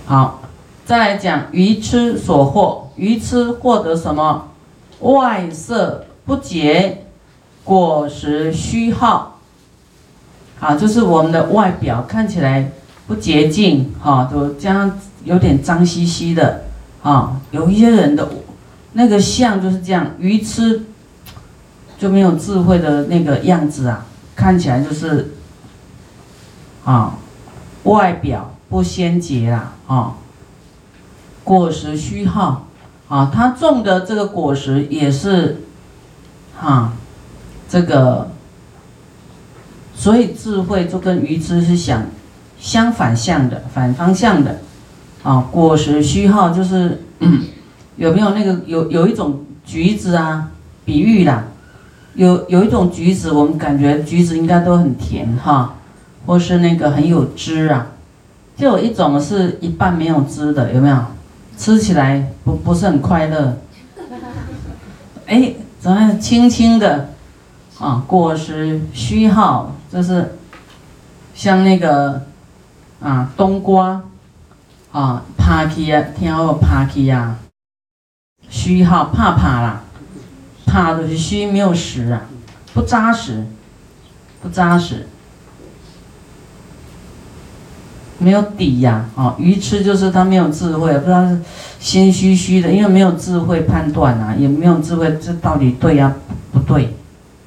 好，再来讲愚痴所获，愚痴获得什么？外色不洁，果实虚耗。啊，就是我们的外表看起来不洁净，哈，都这样有点脏兮兮的，啊，有一些人的那个相就是这样，愚痴就没有智慧的那个样子啊，看起来就是啊，外表不鲜洁啦，啊，果实虚耗，啊，他种的这个果实也是，这个，所以智慧就跟愚痴是相反向的，反方向的，啊，果实虚耗就是，有没有那个有一种橘子啊，比喻啦，有一种橘子，我们感觉橘子应该都很甜哈，或是那个很有汁啊，就有一种是一半没有汁的，有没有？吃起来不是很快乐，哎，怎么样轻轻的啊？果实虚耗，就是像那个啊冬瓜啊，趴起啊，听好趴起啊，虚耗怕啦，怕就是虚没有实啊，不扎实，不扎实。没有底呀，愚痴就是他没有智慧，不知道是心虚虚的，因为没有智慧判断啊，也没有智慧，这到底对呀不对？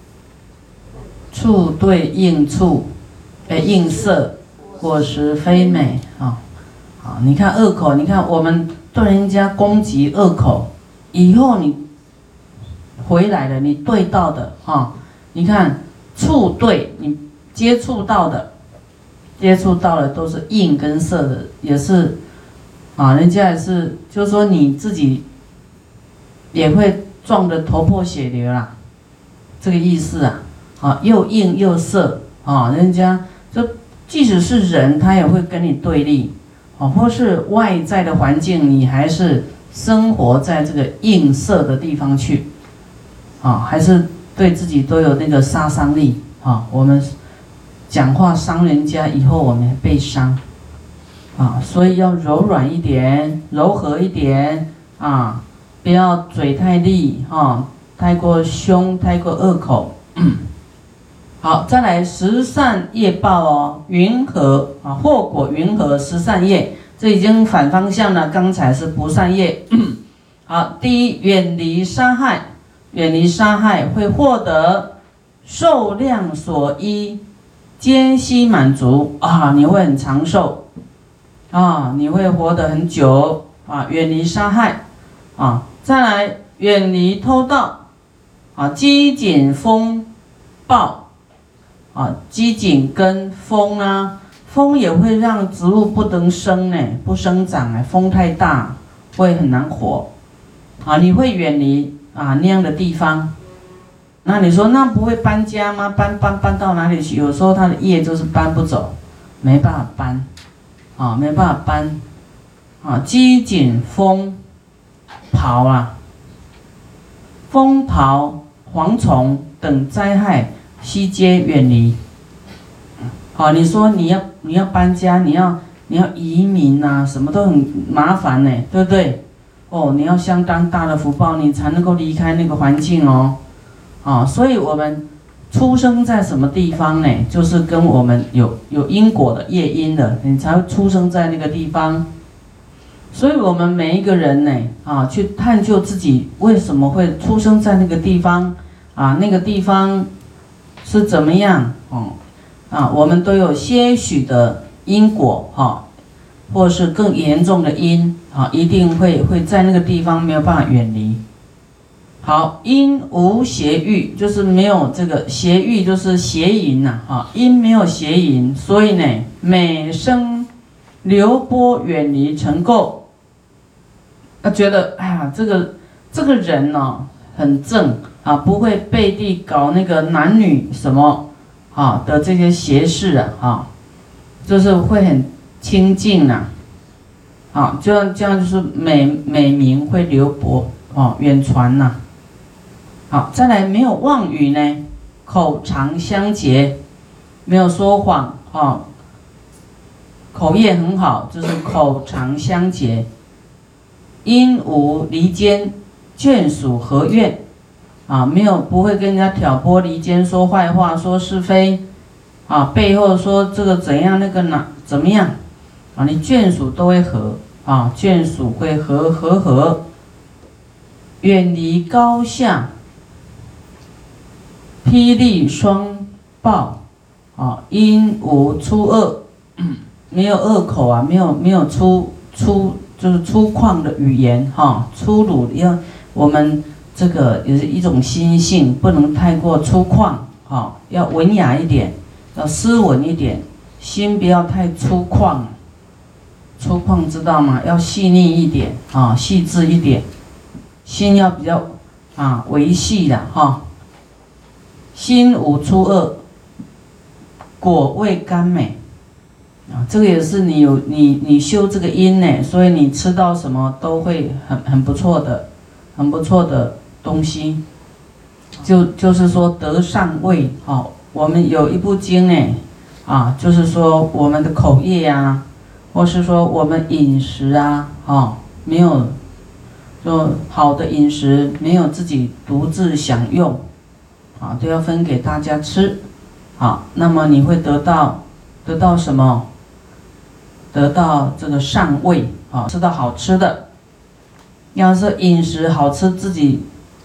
处对应处，应色，果实非美啊！好，你看恶口，你看我们对人家攻击恶口，以后你回来了，你对到的你看处对，你接触到的。接触到的都是应跟色的，也是人家也是，就是说你自己也会撞得头破血流啦，这个意思啊，又应又色人家就即使是人，他也会跟你对立或是外在的环境，你还是生活在这个应色的地方去还是对自己都有那个杀伤力我们。讲话伤人家，以后我们被伤，所以要柔软一点，柔和一点不要嘴太利太过凶，太过恶口。好，再来十善业报云和祸果云和十善业，这已经反方向了，刚才是不善业。好，第一，远离杀害，远离杀害会获得寿量所依。皆悉满足你会很长寿你会活得很久远离杀害再来远离偷盗饥馑风暴饥馑跟风风也会让植物不能生不生长风太大会很难活你会远离那样的地方。那你说那不会搬家吗？搬到哪里去？有时候他的业就是搬不走，没办法搬，没办法搬，饥馑风雹风雹、蝗虫等灾害，悉皆远离。你说你要搬家，你要移民什么都很麻烦对不对？你要相当大的福报，你才能够离开那个环境所以我们出生在什么地方呢？就是跟我们有因果的业因的，你才会出生在那个地方。所以我们每一个人呢，去探究自己为什么会出生在那个地方那个地方是怎么样我们都有些许的因果或是更严重的因一定会在那个地方没有办法远离。好，因无邪欲，就是没有这个邪欲，就是邪淫因没有邪淫，所以呢，每生流波远离尘垢。觉得哎呀，这个人很正不会背地搞那个男女什么的这些邪事就是会很清净这样就是美名会流波远传好，再来没有妄语呢，口常相洁，没有说谎口业很好，就是口常相结，因无离间，眷属何怨啊？没有不会跟人家挑拨离间，说坏话，说是非啊，背后说这个怎样那个哪怎么样啊？你眷属都会和啊，眷属会和，远离高下，霹雳双爆啊，因无粗恶，没有恶口啊，没有粗就是粗犷的语言哈，粗鲁要我们这个也是一种心性，不能太过粗犷哈，要文雅一点，要斯文一点，心不要太粗犷，粗犷知道吗？要细腻一点啊，细致一点，心要比较维系的哈，心无粗恶，果味甘美。这个也是你修这个因呢，所以你吃到什么都会很不错的东西，就是说得上味啊。我们有一部经呢就是说我们的口业啊，或是说我们饮食啊没有说好的饮食没有自己独自享用都要分给大家吃那么你会得到什么？得到这个上味吃到好吃的。要是饮食好吃，自己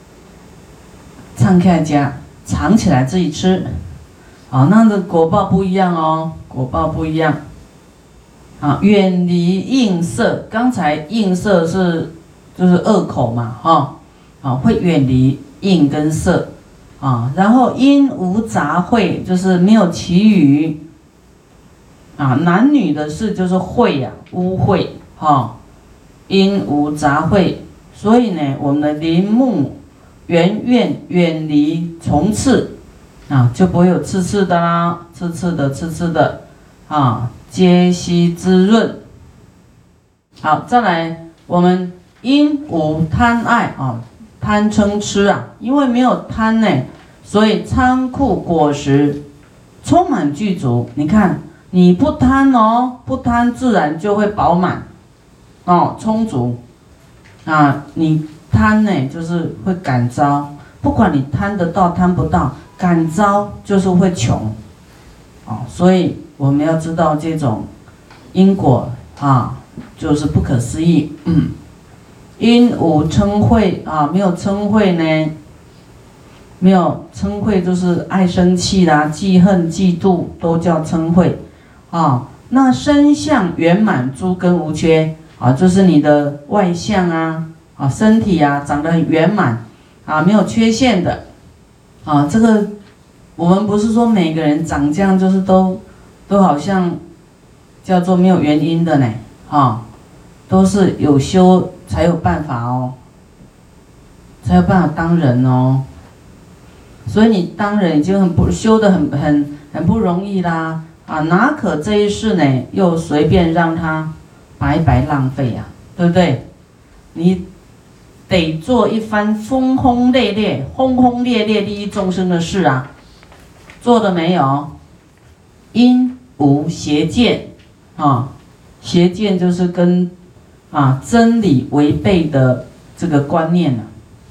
藏开家藏起来自己吃那个果报不一样哦，果报不一样远离应色。刚才应色就是恶口嘛会远离应跟色然后因无杂秽，就是没有其余男女的事就是秽污秽因无杂秽，所以呢，我们的林木园院远离虫刺就不会有刺的啦，刺的皆悉滋润。好，再来我们因无贪爱贪嗔痴因为没有贪呢，所以仓库果实充满具足。你看你不贪不贪自然就会饱满充足你贪呢就是会感召，不管你贪得到贪不到，感召就是会穷所以我们要知道这种因果就是不可思议。因无嗔恚没有嗔恚呢，没有嗔恚就是爱生气啦，记恨嫉妒都叫嗔恚那身相圆满，诸根无缺就是你的外相身体长得很圆满没有缺陷的这个我们不是说每个人长这样就是都好像叫做没有原因的呢都是有修才有办法才有办法当人所以你当人已经修得很不容易啦哪可这一世呢又随便让他白白浪费对不对？你得做一番轰轰烈烈利益众生的事做了没有？因无邪见邪见就是跟真理违背的这个观念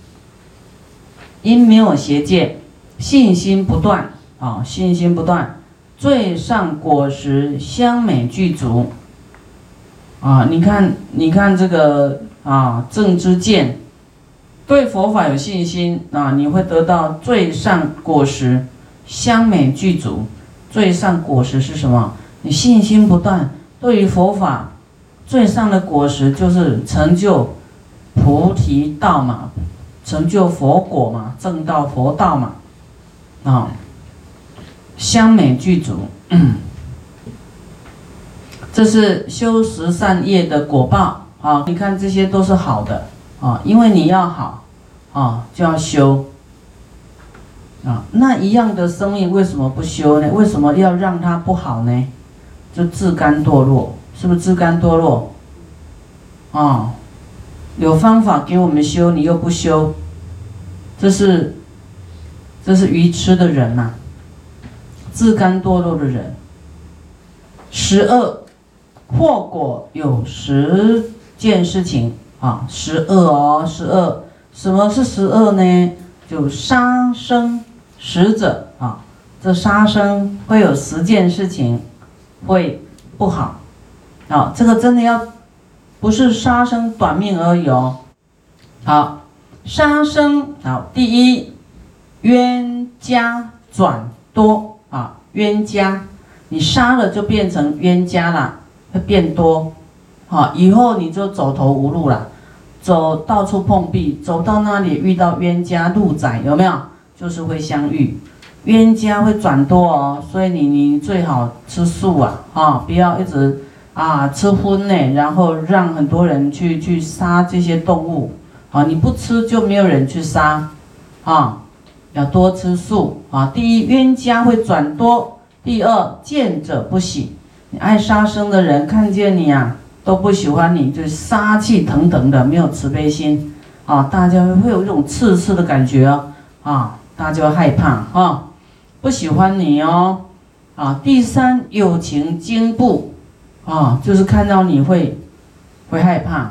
因没有邪见，信心不断信心不断，最上果实香美具足你看这个正知见，对佛法有信心你会得到最上果实香美具足。最上果实是什么？你信心不断，对于佛法最上的果实就是成就菩提道嘛，成就佛果嘛，正道佛道嘛香美具足这是修十善业的果报你看这些都是好的因为你要好就要修那一样的生命为什么不修呢？为什么要让它不好呢？就自甘堕落，是不是自甘堕落有方法给我们修，你又不修，这是愚痴的人自甘堕落的人。12 祸果有10件事情啊，12哦，12。什么是12呢？就杀生10者啊，这杀生会有10件事情会不好啊，这个真的要不是杀生短命而已哦。好，杀生好，第一，冤家转多啊，冤家，你杀了就变成冤家了，会变多，好，以后你就走投无路了。走到处碰壁，走到那里遇到冤家路窄，有没有？就是会相遇，冤家会转多哦，所以你最好吃素啊，不要一直吃荤呢，然后让很多人去杀这些动物啊，你不吃就没有人去杀啊，要多吃素啊。第一，冤家会转多；第二，见者不喜，你爱杀生的人看见你都不喜欢你，就杀气腾腾的，没有慈悲心啊，大家会有一种刺刺的感觉啊，大家会害怕不喜欢你哦第三，有情惊怖就是看到你会害怕，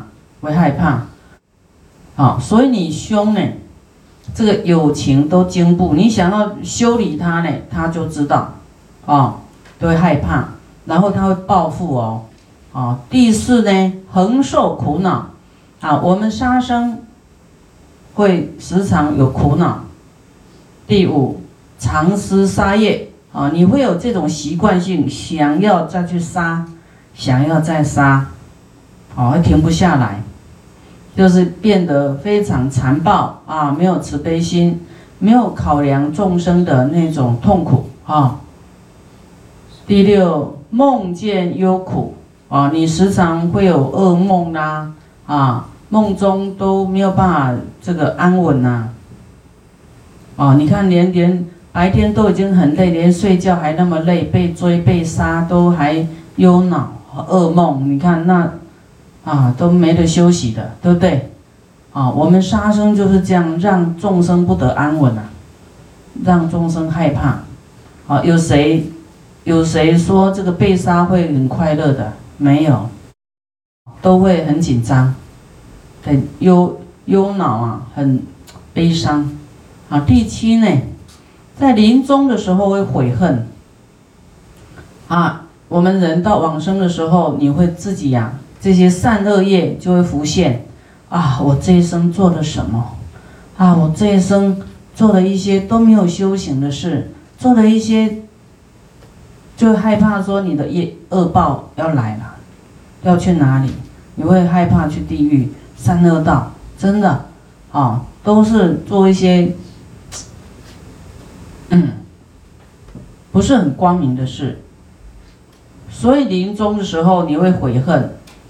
所以你凶呢，这个有情都惊怖，你想要修理他呢，他就知道都会害怕，然后他会报复哦。第四呢，恒受苦恼我们杀生会时常有苦恼。第五，常思杀业你会有这种习惯性，想要再去杀，想要再杀会停不下来，就是变得非常残暴没有慈悲心，没有考量众生的那种痛苦第六，梦见忧苦你时常会有噩梦啦梦中都没有办法这个安稳你看连白天都已经很累，连睡觉还那么累，被追被杀都还忧恼噩梦，你看那都没得休息的，对不对我们杀生就是这样，让众生不得安稳让众生害怕有谁说这个被杀会很快乐的？没有，都会很紧张，很忧恼很悲伤第七呢，在临终的时候会悔恨我们人到往生的时候，你会自己这些善恶业就会浮现我这一生做了什么我这一生做了一些都没有修行的事，做了一些就害怕说你的恶报要来了，要去哪里？你会害怕去地狱、三恶道，真的都是做一些不是很光明的事。所以临终的时候你会悔恨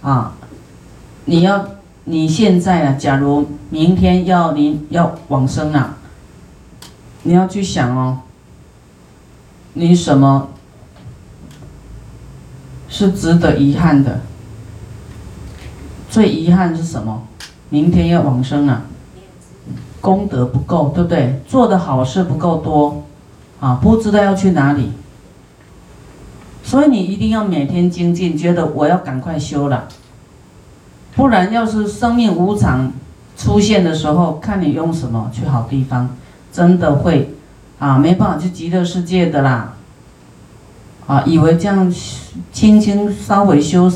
你现在假如明天要往生你要去想你什么是值得遗憾的？最遗憾是什么？明天要往生功德不够，对不对？做的好事不够多不知道要去哪里。所以你一定要每天精进，觉得我要赶快修了，不然要是生命无常出现的时候，看你用什么去好地方，真的会没办法去极乐世界的啦以为这样轻轻稍微修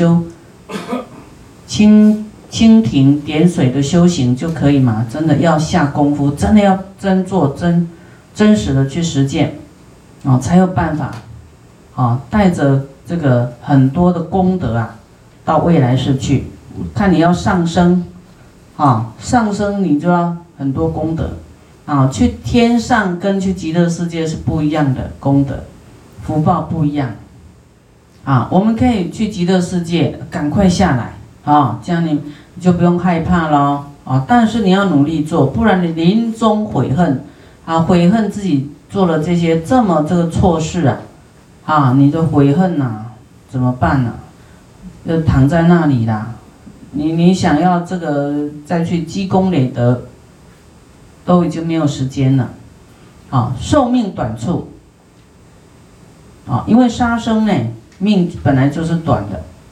蜻蜓点水的修行就可以吗？真的要下功夫，真的要真做真实的去实践才有办法带着这个很多的功德到未来世去。看你要上升上升你就要很多功德去天上跟去极乐世界是不一样的功德，福报不一样我们可以去极乐世界，赶快下来这样你就不用害怕了但是你要努力做，不然你临终悔恨悔恨自己做了这些这个错事你的悔恨怎么办就躺在那里啦。你想要这个再去积功累德，都已经没有时间了寿命短促因为杀生呢，命本来就是短的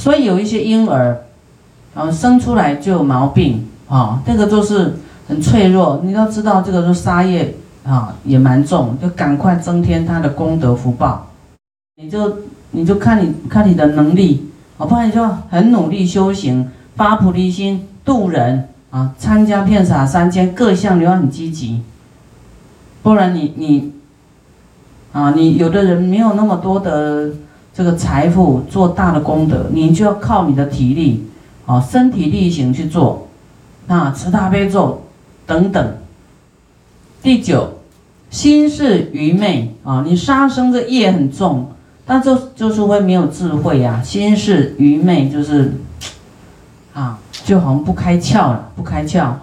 所以有一些婴儿，生出来就有毛病这个都是很脆弱。你要知道，这个都杀业也蛮重，就赶快增添他的功德福报。你就看你的能力不然你就很努力修行，发菩提心，度人参加遍洒3000各项，你要很积极。不然你有的人没有那么多的这个财富做大的功德，你就要靠你的体力身体力行去做，持大悲咒等等。第9，心是愚昧你杀生这业很重，但就是会没有智慧心是愚昧，就是就好像不开窍了，不开窍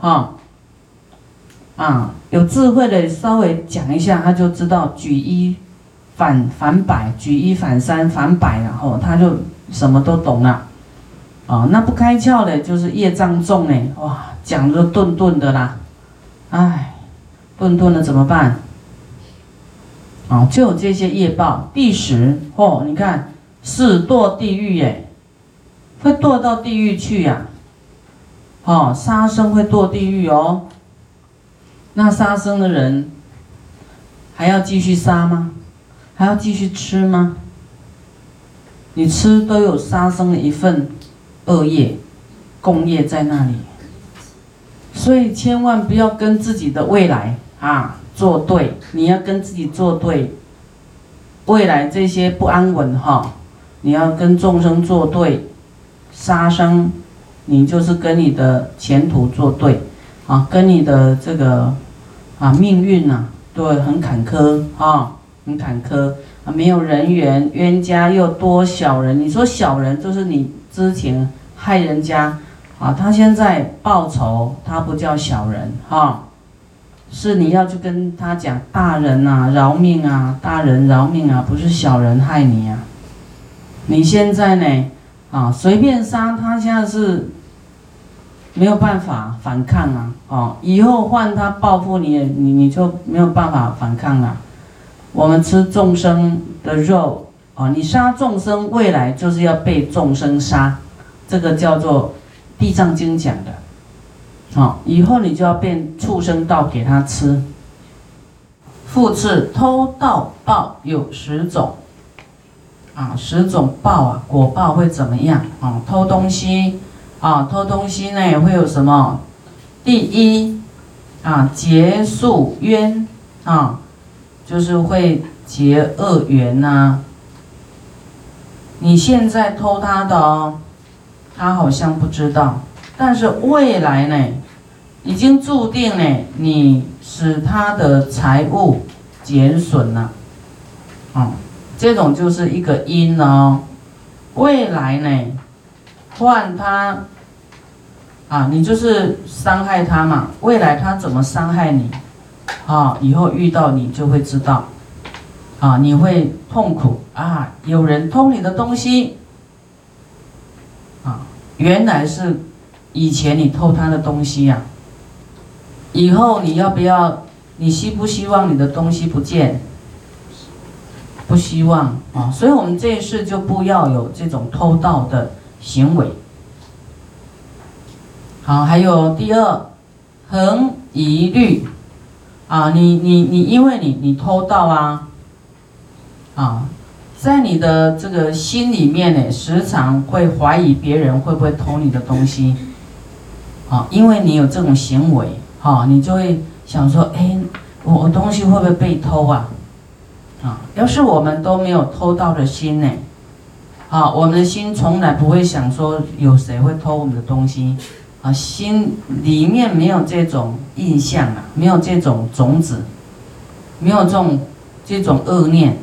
有智慧的稍微讲一下，他就知道举一反百，举一反三反百他就什么都懂了那不开窍的，就是业障重呢，哇，讲的顿顿的啦，顿顿的怎么办？就有这些业报。第10你看是堕地狱耶，会堕到地狱去杀生会堕地狱那杀生的人还要继续杀吗？还要继续吃吗？你吃都有杀生的一份恶业共业在那里，所以千万不要跟自己的未来作对。你要跟自己作对，未来这些不安稳你要跟众生作对，杀生你就是跟你的前途作对跟你的这个命运对，很坎坷很坎坷没有人缘，冤家又多小人。你说小人就是你之前害人家他现在报仇，他不叫小人是你要去跟他讲大人饶命大人饶命不是小人害你你现在呢随便杀他，现在是没有办法反抗以后换他报复你，你就没有办法反抗了。我们吃众生的肉你杀众生，未来就是要被众生杀，这个叫做地藏经讲的以后你就要变畜生道给他吃。复次，偷盗报有10种10种报果报会怎么样偷东西偷东西呢会有什么？第1结宿冤就是会结恶缘你现在偷他的他好像不知道，但是未来呢已经注定呢你使他的财物减损了这种就是一个因未来呢换他你就是伤害他嘛，未来他怎么伤害你以后遇到你就会知道你会痛苦有人偷你的东西原来是以前你偷他的东西以后你要不要？你希不希望你的东西不见？不希望所以我们这一世就不要有这种偷盗的行为。还有第2，恒疑虑你因为你偷盗在你的这个心里面呢，时常会怀疑别人会不会偷你的东西因为你有这种行为你就会想说我东西会不会被偷要是我们都没有偷盗的心呢我们的心从来不会想说有谁会偷我们的东西心里面没有这种印象没有这种种子，没有这种恶念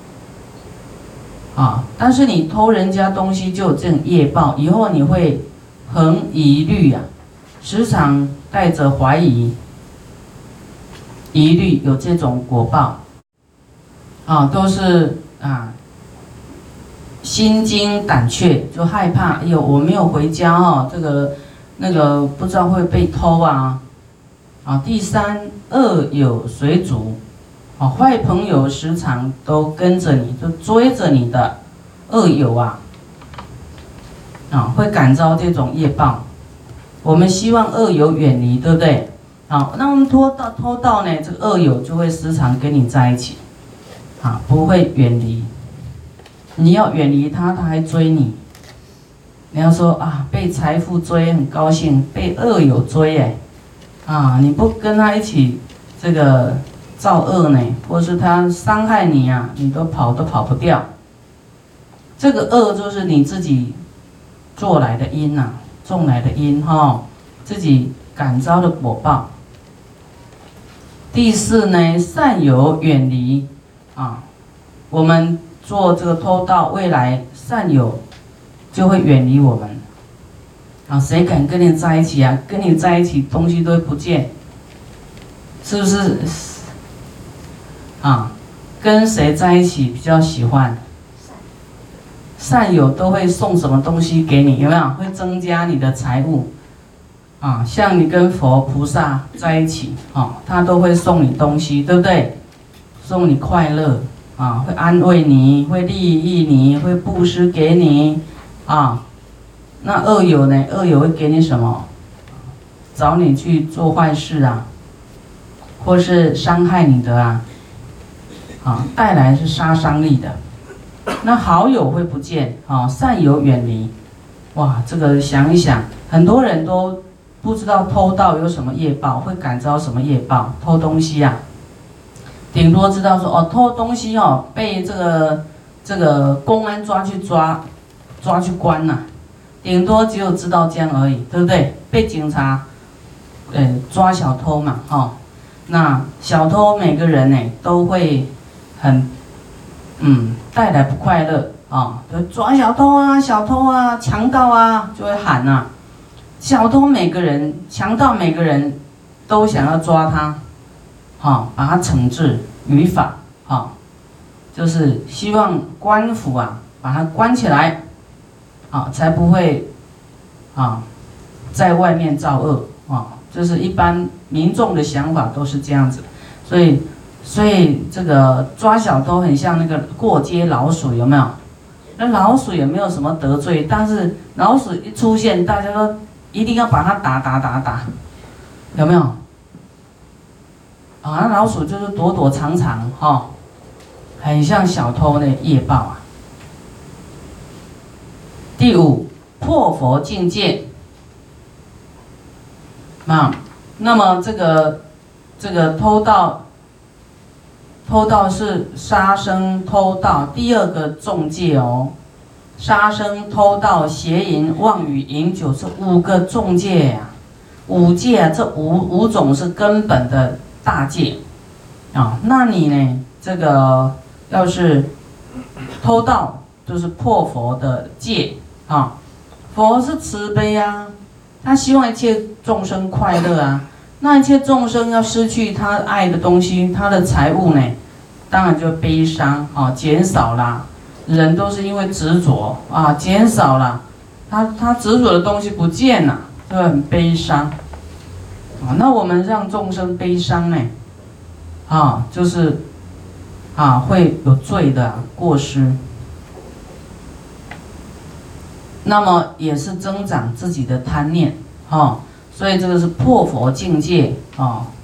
但是你偷人家东西就有这种业报，以后你会恒疑虑时常带着怀疑疑虑，有这种果报都是心惊胆怯，就害怕我没有回家这个那个不知道会被偷第3，恶有随逐坏朋友时常都跟着你，就追着你的恶友啊，会感召这种业报。我们希望恶友远离，对不对？啊，那我们偷盗呢，这个恶友就会时常跟你在一起，啊，不会远离。你要远离他，他还追你。你要说啊，被财富追很高兴，被恶友追哎，啊，你不跟他一起这个造恶呢，或是他伤害你啊，你都跑不掉。这个恶就是你自己做来的因呐，种来的因哈，自己感召的果报。第四呢，善友远离啊，我们做这个偷盗，未来善友就会远离我们啊！谁敢跟你在一起啊？跟你在一起，东西都会不见，是不是？啊，跟谁在一起比较喜欢？善友都会送什么东西给你？有没有？会增加你的财物啊！像你跟佛菩萨在一起啊，他都会送你东西，对不对？送你快乐啊，会安慰你，会利益你，会布施给你。啊，那恶友呢？恶友会给你什么？找你去做坏事啊，或是伤害你的啊，啊，带来是杀伤力的。那好友会不见啊，善友远离。哇，这个想一想，很多人都不知道偷盗有什么业报，会感召什么业报？偷东西啊，顶多知道说哦，偷东西哦，被这个公安抓去关呐，顶多只有知道这样而已，对不对？被警察，抓小偷嘛，哈，那小偷每个人呢都会很，带来不快乐啊，就抓小偷啊，小偷啊，强盗啊，就会喊呐，小偷每个人，强盗每个人都想要抓他，哈，把他惩治于法，哈，就是希望官府啊把他关起来。啊，才不会啊，在外面造恶啊，就是一般民众的想法都是这样子，所以这个抓小偷很像那个过街老鼠，有没有？那老鼠也没有什么得罪，但是老鼠一出现，大家都一定要把它打，有没有？啊，那老鼠就是躲躲藏藏哈，很像小偷的业报啊。第五，破佛境界。啊，那么这个偷盗是杀生偷盗第二个重戒哦。杀生偷盗邪淫妄语饮酒是5个重戒呀，5戒啊，这五种是根本的大戒啊。那你呢？这个要是偷盗，就是破佛的戒。啊，佛是慈悲啊，他希望一切众生快乐啊。那一切众生要失去他爱的东西，他的财物呢，当然就悲伤啊，减少啦。人都是因为执着啊，减少了，他执着的东西不见了，就会很悲伤啊。那我们让众生悲伤呢，啊，就是啊会有罪的过失。那么也是增长自己的贪念，所以这个是破佛境界啊，